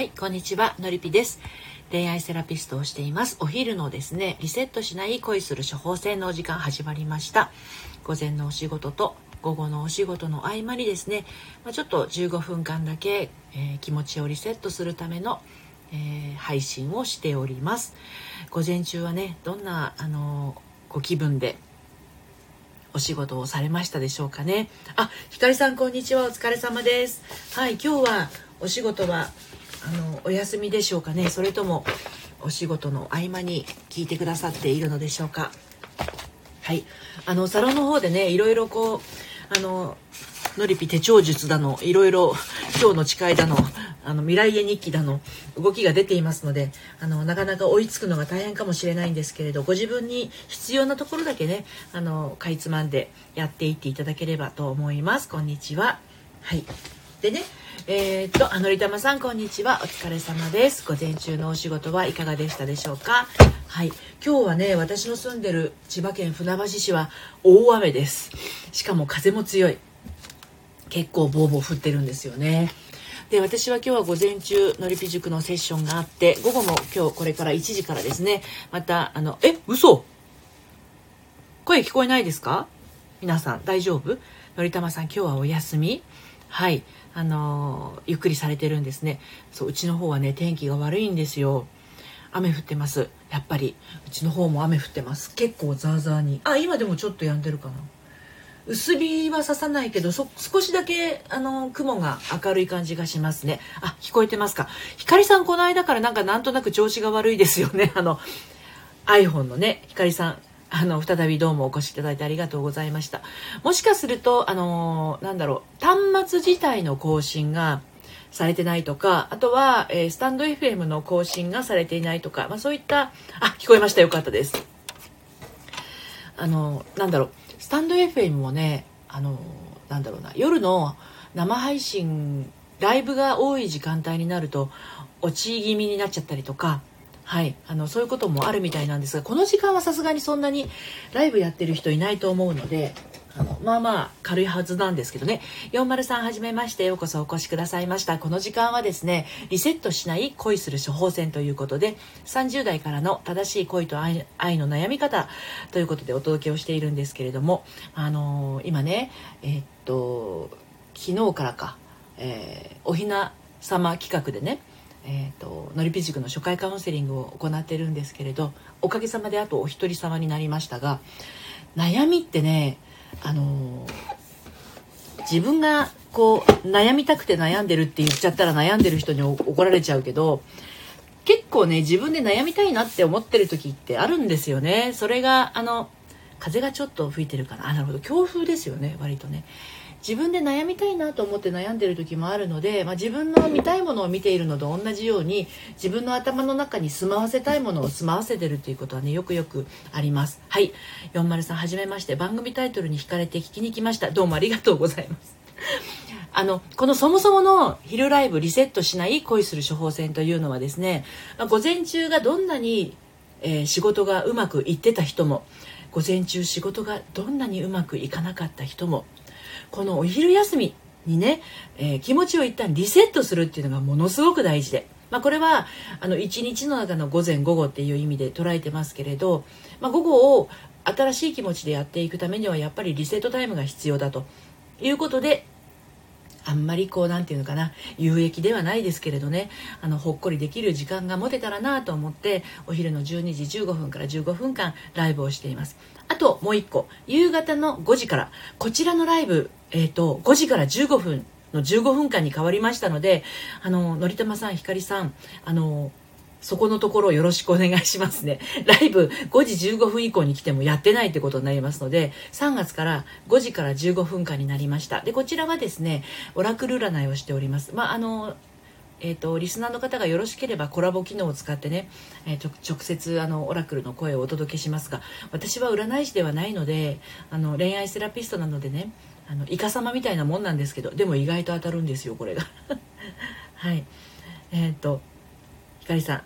はい、こんにちは、のりぴです。恋愛セラピストをしています。お昼のですね、リセットしない恋する処方箋のお時間始まりました。午前のお仕事と午後のお仕事の合間にですね、ちょっと15分間だけ、気持ちをリセットするための、配信をしております。午前中はね、どんなご気分でお仕事をされましたでしょうかね。ひかりさん、こんにちは。お疲れ様です。はい、今日はお仕事はお休みでしょうかね。それともお仕事の合間に聞いてくださっているのでしょうか。はい、サロンの方でね、いろいろこうのりぴ手帳術だの、いろいろ今日の誓いだの、未来へ日記だの動きが出ていますので、なかなか追いつくのが大変かもしれないんですけれど、ご自分に必要なところだけね、かいつまんでやっていっていただければと思います。こんにちは。はい。でね、のりたまさん、こんにちは。お疲れ様です。午前中のお仕事はいかがでしたでしょうか。はい。今日はね、私の住んでる千葉県船橋市は大雨です。しかも風も強い。結構ボーボー降ってるんですよね。で、私は今日は午前中のりぴ塾のセッションがあって、午後も今日これから1時からですね、また嘘、声聞こえないですか？皆さん大丈夫？のりたまさん、今日はお休み？はい、ゆっくりされてるんですね。そう、うちの方はね、天気が悪いんですよ。雨降ってます。やっぱりうちの方も雨降ってます。結構ザーザーに。今でもちょっと止んでるかな。薄日は差さないけど、少しだけ雲が明るい感じがしますね。聞こえてますか？ひかりさん、この間からなんとなく調子が悪いですよね。iPhone のね、ひかりさん、再びどうもお越しいただいてありがとうございました。もしかすると端末自体の更新がされてないとか、あとは、スタンド FM の更新がされていないとか、そういった聞こえました。よかったです。スタンド FM もね、夜の生配信ライブが多い時間帯になると落ち気味になっちゃったりとか、はい、そういうこともあるみたいなんですが、この時間はさすがにそんなにライブやってる人いないと思うので、軽いはずなんですけどね。403、はじめまして、ようこそお越しくださいました。この時間はですね、リセットしない恋する処方箋ということで、30代からの正しい恋と愛の悩み方ということでお届けをしているんですけれども、今ね、昨日からか、おひな様企画でね、のりぴ塾の初回カウンセリングを行っているんですけれど、おかげさまであとお一人様になりましたが、悩みってね、自分がこう悩みたくて悩んでるって言っちゃったら悩んでる人に怒られちゃうけど、結構ね、自分で悩みたいなって思ってる時ってあるんですよね。それが風がちょっと吹いてるかな。なるほど、強風ですよね、割とね。自分で悩みたいなと思って悩んでる時もあるので、自分の見たいものを見ているのと同じように、自分の頭の中に住まわせたいものを住まわせてるっていうことはね、よくよくあります。はい、403、はじめまして。番組タイトルに惹かれて聞きに来ました。どうもありがとうございます。このそもそもの昼ライブリセットしない恋する処方箋というのはですね、午前中がどんなに、仕事がうまくいってた人も、午前中仕事がどんなにうまくいかなかった人も、このお昼休みにね、気持ちを一旦リセットするっていうのがものすごく大事で、これは一日の中の午前午後っていう意味で捉えてますけれど、午後を新しい気持ちでやっていくためにはやっぱりリセットタイムが必要だということで、あんまりなんていうのかな、有益ではないですけれどね、ほっこりできる時間が持てたらなと思って、お昼の12時15分から15分間ライブをしています。あともう一個、夕方の5時からこちらのライブ、5時から15分の15分間に変わりましたので、のりたまさん、ひかりさん、そこのところをよろしくお願いしますね。ライブ5時15分以降に来てもやってないってことになりますので、3月から5時から15分間になりました。で、こちらはですね、オラクル占いをしております。リスナーの方がよろしければコラボ機能を使ってね、直接オラクルの声をお届けしますが、私は占い師ではないので、恋愛セラピストなのでね、イカ様みたいなもんなんですけど、でも意外と当たるんですよ、これが。はい。ひかりさん、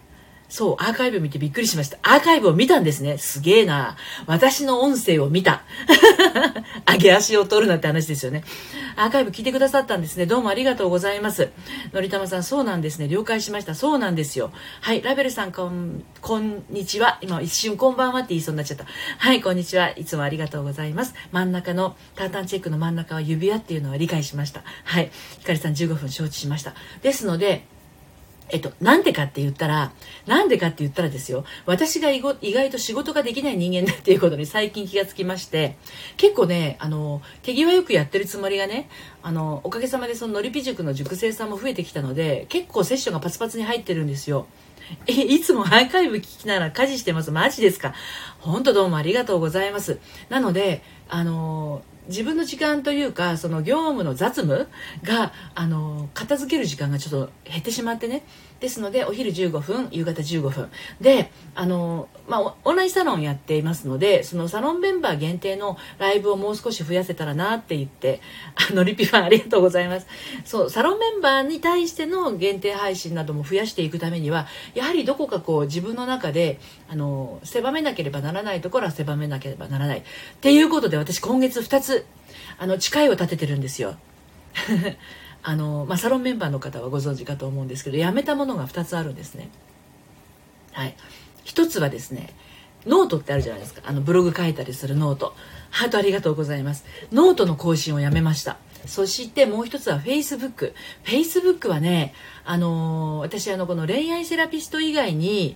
そう、アーカイブ見てびっくりしました。アーカイブを見たんですね。すげえな。私の音声を見た。上げ足を取るなって話ですよね。アーカイブ聞いてくださったんですね。どうもありがとうございます。のりたまさん、そうなんですね。了解しました。そうなんですよ。はい、ラベルさん、こんにちは。今一瞬こんばんはって言いそうになっちゃった。はい、こんにちは。いつもありがとうございます。真ん中の、タータンチェックの真ん中は指輪っていうのは理解しました。はい、ひかりさん15分承知しました。ですので、なんでかって言ったらですよ、私が意外と仕事ができない人間だっていうことに最近気がつきまして、結構ね、手際よくやってるつもりがね、おかげさまでそののりぴ塾の塾生さんも増えてきたので、結構セッションがパツパツに入ってるんですよ。いつもアーカイブ聞きながら家事してます。マジですか。本当どうもありがとうございます。なので、自分の時間というか、その業務の雑務が、片付ける時間がちょっと減ってしまってね。ですので、お昼15分、夕方15分。で、オンラインサロンやっていますので、そのサロンメンバー限定のライブをもう少し増やせたらなって言って、リピファンありがとうございます。そう、サロンメンバーに対しての限定配信なども増やしていくためには、やはりどこかこう自分の中で、狭めなければならないところは狭めなければならない。っていうことで、私今月2つ、誓いを立ててるんですよ。サロンメンバーの方はご存知かと思うんですけど、やめたものが2つあるんですね。はい。1つはですね、ノートってあるじゃないですか。ブログ書いたりするノート。ハートありがとうございます。ノートの更新をやめました。そしてもう一つは Facebook。Facebook はね、私この恋愛セラピスト以外に、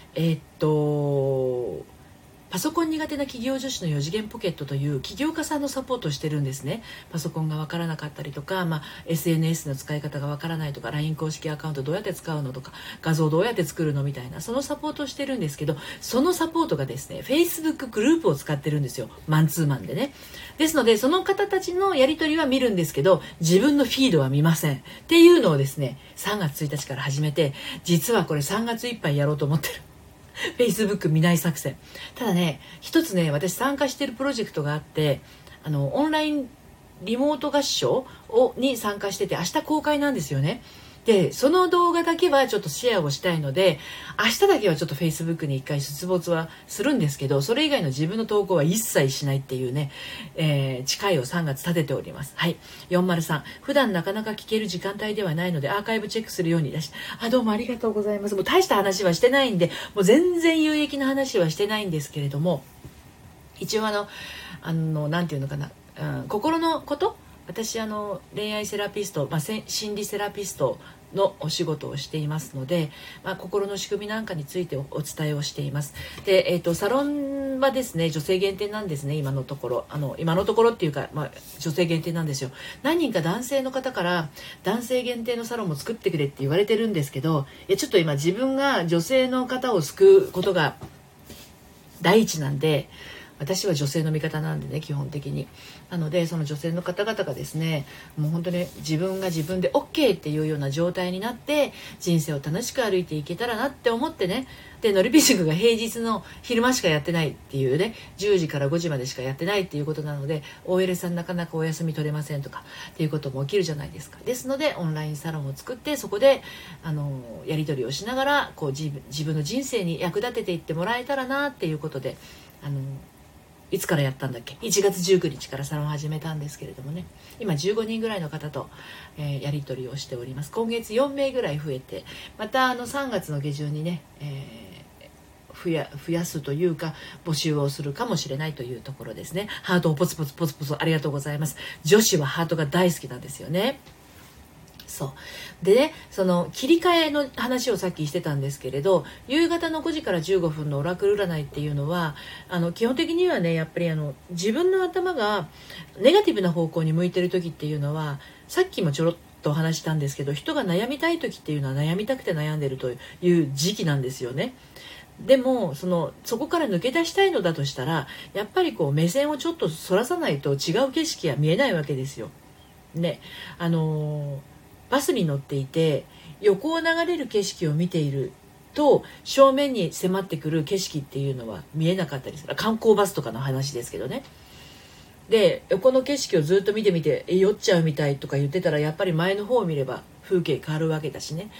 パソコン苦手な企業女子の4次元ポケットという起業家さんのサポートをしてるんですね。パソコンがわからなかったりとか、SNS の使い方がわからないとか、 LINE 公式アカウントどうやって使うのとか、画像どうやって作るのみたいな、そのサポートをしてるんですけど、そのサポートがですね Facebook グループを使ってるんですよ。マンツーマンでね。ですのでその方たちのやり取りは見るんですけど、自分のフィードは見ませんっていうのをですね、3月1日から始めて、実はこれ3月いっぱいやろうと思ってる。Facebook 見ない作戦。ただね、一つね、私参加しているプロジェクトがあって、オンラインリモート合唱に参加してて、明日公開なんですよね。で、その動画だけはちょっとシェアをしたいので、明日だけはちょっと Facebook に一回出没はするんですけど、それ以外の自分の投稿は一切しないっていうね、誓いを3月立てております。はい。403、普段なかなか聞ける時間帯ではないのでアーカイブチェックするようにだし、どうもありがとうございます。もう大した話はしてないんで、もう全然有益な話はしてないんですけれども、一応なんていうのかな、心のこと、私恋愛セラピスト、心理セラピストのお仕事をしていますので、心の仕組みなんかについてお伝えをしています。で、サロンはですね、女性限定なんですね。今のところっていうか、女性限定なんですよ。何人か男性の方から男性限定のサロンも作ってくれって言われてるんですけど、ちょっと今自分が女性の方を救うことが第一なんで、私は女性の味方なんでね、基本的に。なのでその女性の方々がですね、もう本当に自分が自分で OK っていうような状態になって人生を楽しく歩いていけたらなって思ってね。で、のりぴ塾が平日の昼間しかやってないっていうね、10時から5時までしかやってないっていうことなので、 OL さんなかなかお休み取れませんとかっていうことも起きるじゃないですか。ですのでオンラインサロンを作って、そこでやり取りをしながらこう自分の人生に役立てていってもらえたらなっていうことで、いつからやったんだっけ、1月19日からサロンを始めたんですけれどもね、今15人ぐらいの方と、やり取りをしております。今月4名ぐらい増えて、また3月の下旬にね、増やすというか募集をするかもしれないというところですね。ハートをポツポツポツポツありがとうございます。女子はハートが大好きなんですよね。そうでね、その切り替えの話をさっきしてたんですけれど、夕方の5時から15分のオラクル占いっていうのは基本的にはね、やっぱり自分の頭がネガティブな方向に向いてる時っていうのは、さっきもちょろっとお話したんですけど、人が悩みたい時っていうのは悩みたくて悩んでるという時期なんですよね。でもそこから抜け出したいのだとしたら、やっぱりこう目線をちょっとそらさないと違う景色は見えないわけですよ。ね、バスに乗っていて横を流れる景色を見ていると、正面に迫ってくる景色っていうのは見えなかったりする。観光バスとかの話ですけどね。で、横の景色をずっと見て酔っちゃうみたいとか言ってたら、やっぱり前の方を見れば風景変わるわけだしね。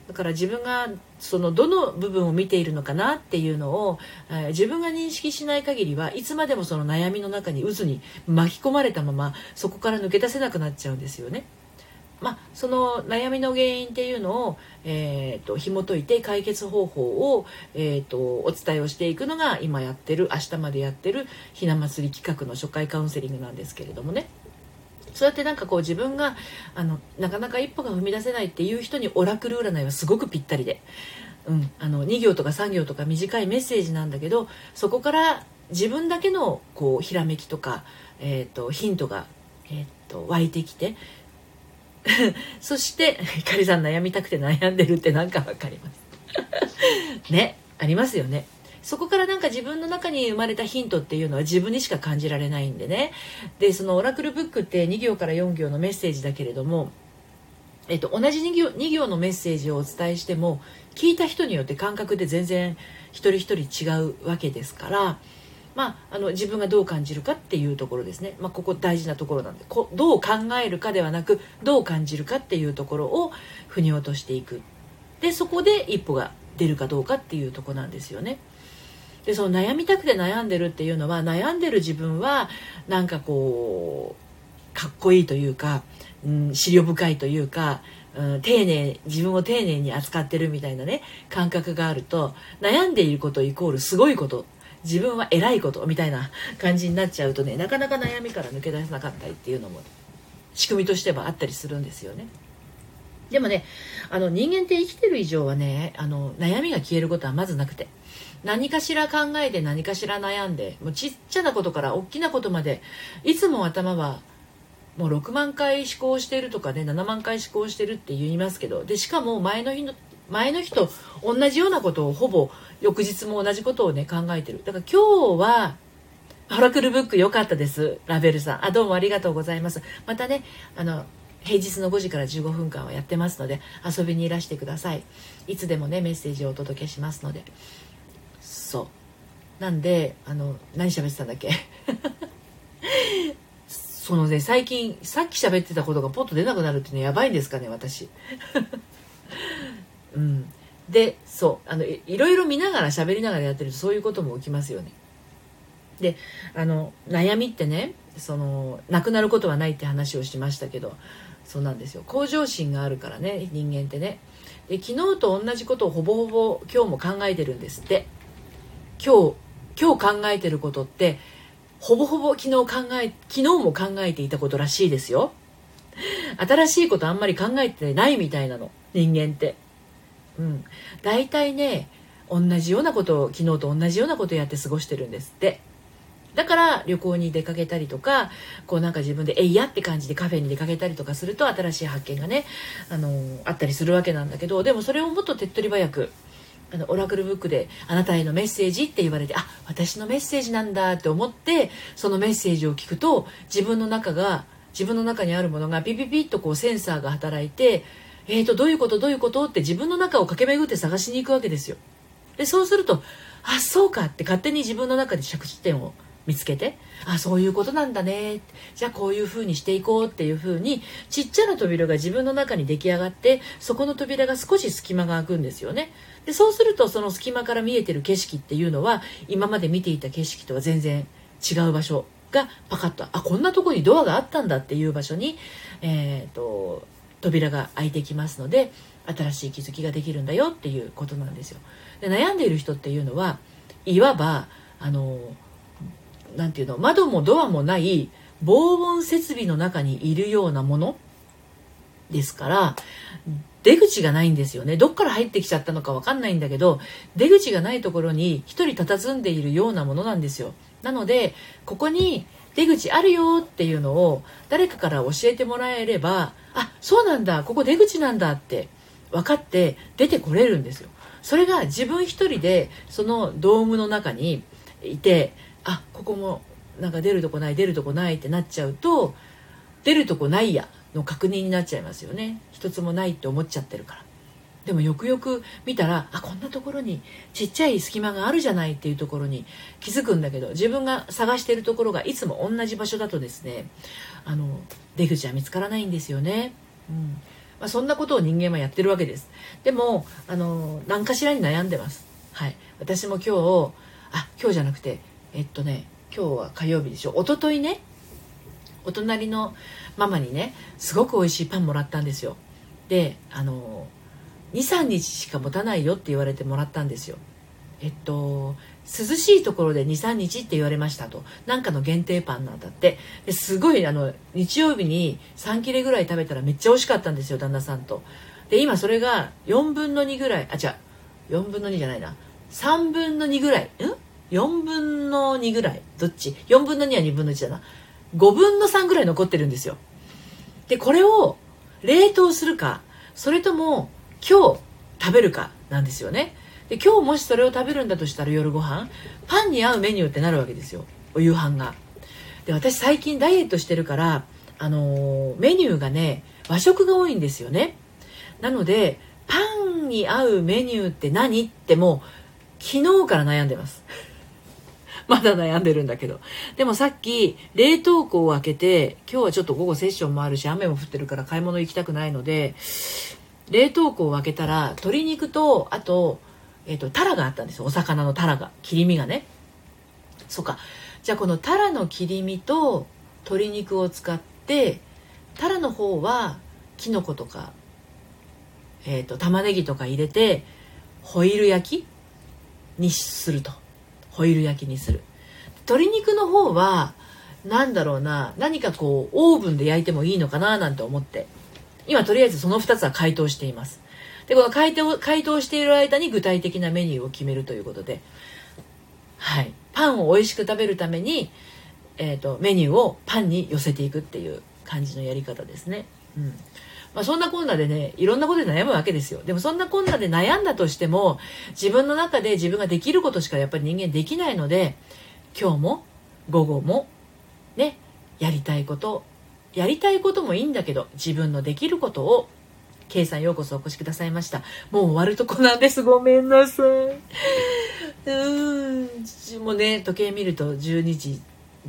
だから自分がそのどの部分を見ているのかなっていうのを、自分が認識しない限りはいつまでもその悩みの中に渦に巻き込まれたままそこから抜け出せなくなっちゃうんですよね。その悩みの原因っていうのを、紐解いて解決方法を、お伝えをしていくのが今やってる明日までやってるひな祭り企画の初回カウンセリングなんですけれどもね。そうやってなんかこう自分がなかなか一歩が踏み出せないっていう人にオラクル占いはすごくぴったりで、2行とか3行とか短いメッセージなんだけど、そこから自分だけのこうひらめきとか、ヒントが、湧いてきてそしてひかりさん悩みたくて悩んでるってなんかわかりますね、ありますよね。そこからなんか自分の中に生まれたヒントっていうのは自分にしか感じられないんでね。でそのオラクルブックって2行から4行のメッセージだけれども、同じ2行のメッセージをお伝えしても聞いた人によって感覚で全然一人一人違うわけですから、自分がどう感じるかっていうところですね。ここ大事なところなんで、どう考えるかではなくどう感じるかっていうところを腑に落としていく。でそこで一歩が出るかどうかっていうところなんですよね。でその悩みたくて悩んでるっていうのは、悩んでる自分はなんかこうかっこいいというか、思慮深いというか、自分を丁寧に扱ってるみたいなね感覚があると、悩んでいることイコールすごいこと、自分は偉いことみたいな感じになっちゃうとね、なかなか悩みから抜け出せなかったりっていうのも仕組みとしてはあったりするんですよね。でもね、人間って生きてる以上はね、悩みが消えることはまずなくて、何かしら考えて何かしら悩んで、もうちっちゃなことから大きなことまで、いつも頭はもう6万回思考してるとかね、7万回思考してるって言いますけど、でしかも前の日と同じようなことをほぼ翌日も同じことをね考えてる。だから今日はオラクルブック良かったです。ラベルさん、どうもありがとうございます。またね平日の5時から15分間はやってますので遊びにいらしてください。いつでもねメッセージをお届けしますので。そうなんで何喋ってたんだっけそのね、最近さっき喋ってたことがポッと出なくなるっていうのやばいんですかね私でそういろいろ見ながら喋りながらやってるとそういうことも起きますよね。で悩みってね、なくなることはないって話をしましたけど、そうなんですよ。向上心があるからね人間ってね。で昨日と同じことをほぼほぼ今日も考えてるんですって。今日考えてることってほぼほぼ昨日も考えていたことらしいですよ。新しいことあんまり考えてないみたいなの人間って。大体ね同じようなことを昨日と同じようなことをやって過ごしてるんですって。だから旅行に出かけたりとか、なんか自分でえいやって感じでカフェに出かけたりとかすると新しい発見がねあったりするわけなんだけど、でもそれをもっと手っ取り早くオラクルブックであなたへのメッセージって言われて、私のメッセージなんだって思ってそのメッセージを聞くと、自分の中にあるものがピピピッとセンサーが働いて、どういうことって自分の中を駆け巡って探しに行くわけですよ。でそうするとそうかって勝手に自分の中で着地点を見つけて、そういうことなんだね、じゃあこういう風にしていこうっていう風にちっちゃな扉が自分の中に出来上がって、そこの扉が少し隙間が空くんですよね。でそうするとその隙間から見えてる景色っていうのは今まで見ていた景色とは全然違う場所がパカッと、こんなとこにドアがあったんだっていう場所に、扉が開いてきますので、新しい気づきができるんだよっていうことなんですよ。で悩んでいる人っていうのはいわばなんていうの、窓もドアもない防音設備の中にいるようなものですから、出口がないんですよね。どっから入ってきちゃったのか分かんないんだけど、出口がないところに一人佇んでいるようなものなんですよ。なのでここに出口あるよっていうのを誰かから教えてもらえれば、そうなんだ、ここ出口なんだって分かって出てこれるんですよ。それが自分一人でそのドームの中にいて、ここもなんか出るとこないってなっちゃうと、出るとこないやの確認になっちゃいますよね。一つもないって思っちゃってるから。でもよくよく見たら、こんなところにちっちゃい隙間があるじゃないっていうところに気づくんだけど、自分が探しているところがいつも同じ場所だとですね、出口は見つからないんですよね。 そんなことを人間はやってるわけです。でも何かしらに悩んでます。はい、私も今日じゃなくて今日は火曜日でしょ。一昨日ね、お隣のママにねすごく美味しいパンもらったんですよ。で23日しか持たないよって言われてもらったんですよ。涼しいところで 2,3 日って言われましたと、なんかの限定パンなんだって。ですごい日曜日に3切れぐらい食べたらめっちゃ美味しかったんですよ、旦那さんと。で今それが4分の2ぐらい、4分の2じゃないな、3分の2ぐらい、4分の2ぐらい、どっち、4分の2は2分の1だな、5分の3ぐらい残ってるんですよ。でこれを冷凍するか、それとも今日食べるかなんですよね。で今日もしそれを食べるんだとしたら、夜ご飯パンに合うメニューってなるわけですよ、お夕飯が。で私最近ダイエットしてるから、メニューがね和食が多いんですよね。なのでパンに合うメニューって何ってもう昨日から悩んでますまだ悩んでるんだけど。でもさっき冷凍庫を開けて、今日はちょっと午後セッションもあるし雨も降ってるから買い物行きたくないので、冷凍庫を開けたら鶏肉とあとタラがあったんですよ。お魚のタラが、切り身がね。そうか、じゃあこのタラの切り身と鶏肉を使って、タラの方はキノコとか、玉ねぎとか入れてホイル焼きにすると。ホイル焼きにする。鶏肉の方は何だろうな、何かこうオーブンで焼いてもいいのかななんて思って、今とりあえずその2つは解凍しています。でこの解凍している間に具体的なメニューを決めるということで、はい、パンを美味しく食べるために、メニューをパンに寄せていくっていう感じのやり方ですね。そんなこんなでね、いろんなことで悩むわけですよ。でもそんなこんなで悩んだとしても、自分の中で自分ができることしかやっぱり人間できないので、今日も午後もね、やりたいこともいいんだけど、自分のできることを。K さんようこそお越しくださいました。もう終わるとこなんです。ごめんなさい。もうね、時計見ると12時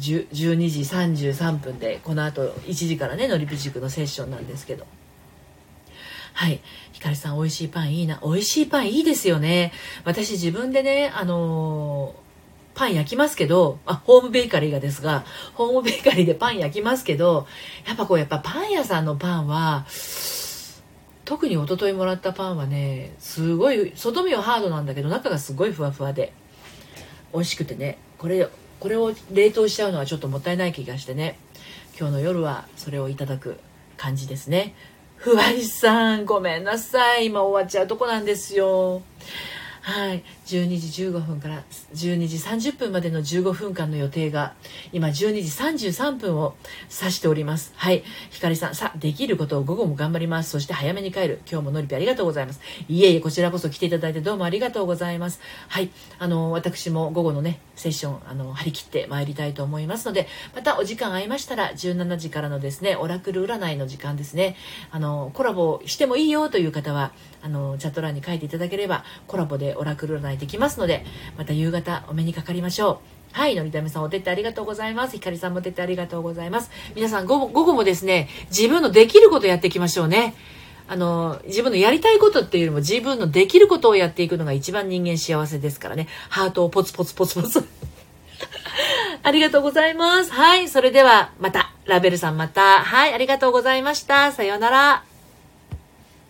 33分で、この後1時からね、のりぴ塾のセッションなんですけど。はい。ひかりさん、美味しいパンいいな。美味しいパンいいですよね。私自分でね、パン焼きますけど、ホームベーカリーがですが、ホームベーカリーでパン焼きますけど、やっぱパン屋さんのパンは、特に一昨日もらったパンはね、すごい外見はハードなんだけど中がすごいふわふわで美味しくてね、これを冷凍しちゃうのはちょっともったいない気がしてね、今日の夜はそれをいただく感じですね。ふわりさんごめんなさい、今終わっちゃうとこなんですよ。はい、12時15分から12時30分までの15分間の予定が今12時33分を指しております。はい、ひかりさん、できることを午後も頑張ります。そして早めに帰る。今日ものりぴありがとうございます。いえいえ、こちらこそ来ていただいてどうもありがとうございます。はい、私も午後のねセッション張り切ってまいりたいと思いますので、またお時間合いましたら17時からのですねオラクル占いの時間ですね、コラボしてもいいよという方はチャット欄に書いていただければコラボでオラクル占いできますので、また夕方お目にかかりましょう。はい、のりためさんお手ってありがとうございます。ひかりさんもお手ってありがとうございます。皆さん午後もですね、自分のできることやっていきましょうね。自分のやりたいことっていうよりも自分のできることをやっていくのが一番人間幸せですからね。ハートをポツポツポツポツありがとうございます。はい、それではまたラベルさんまた、はい、ありがとうございました。さようなら。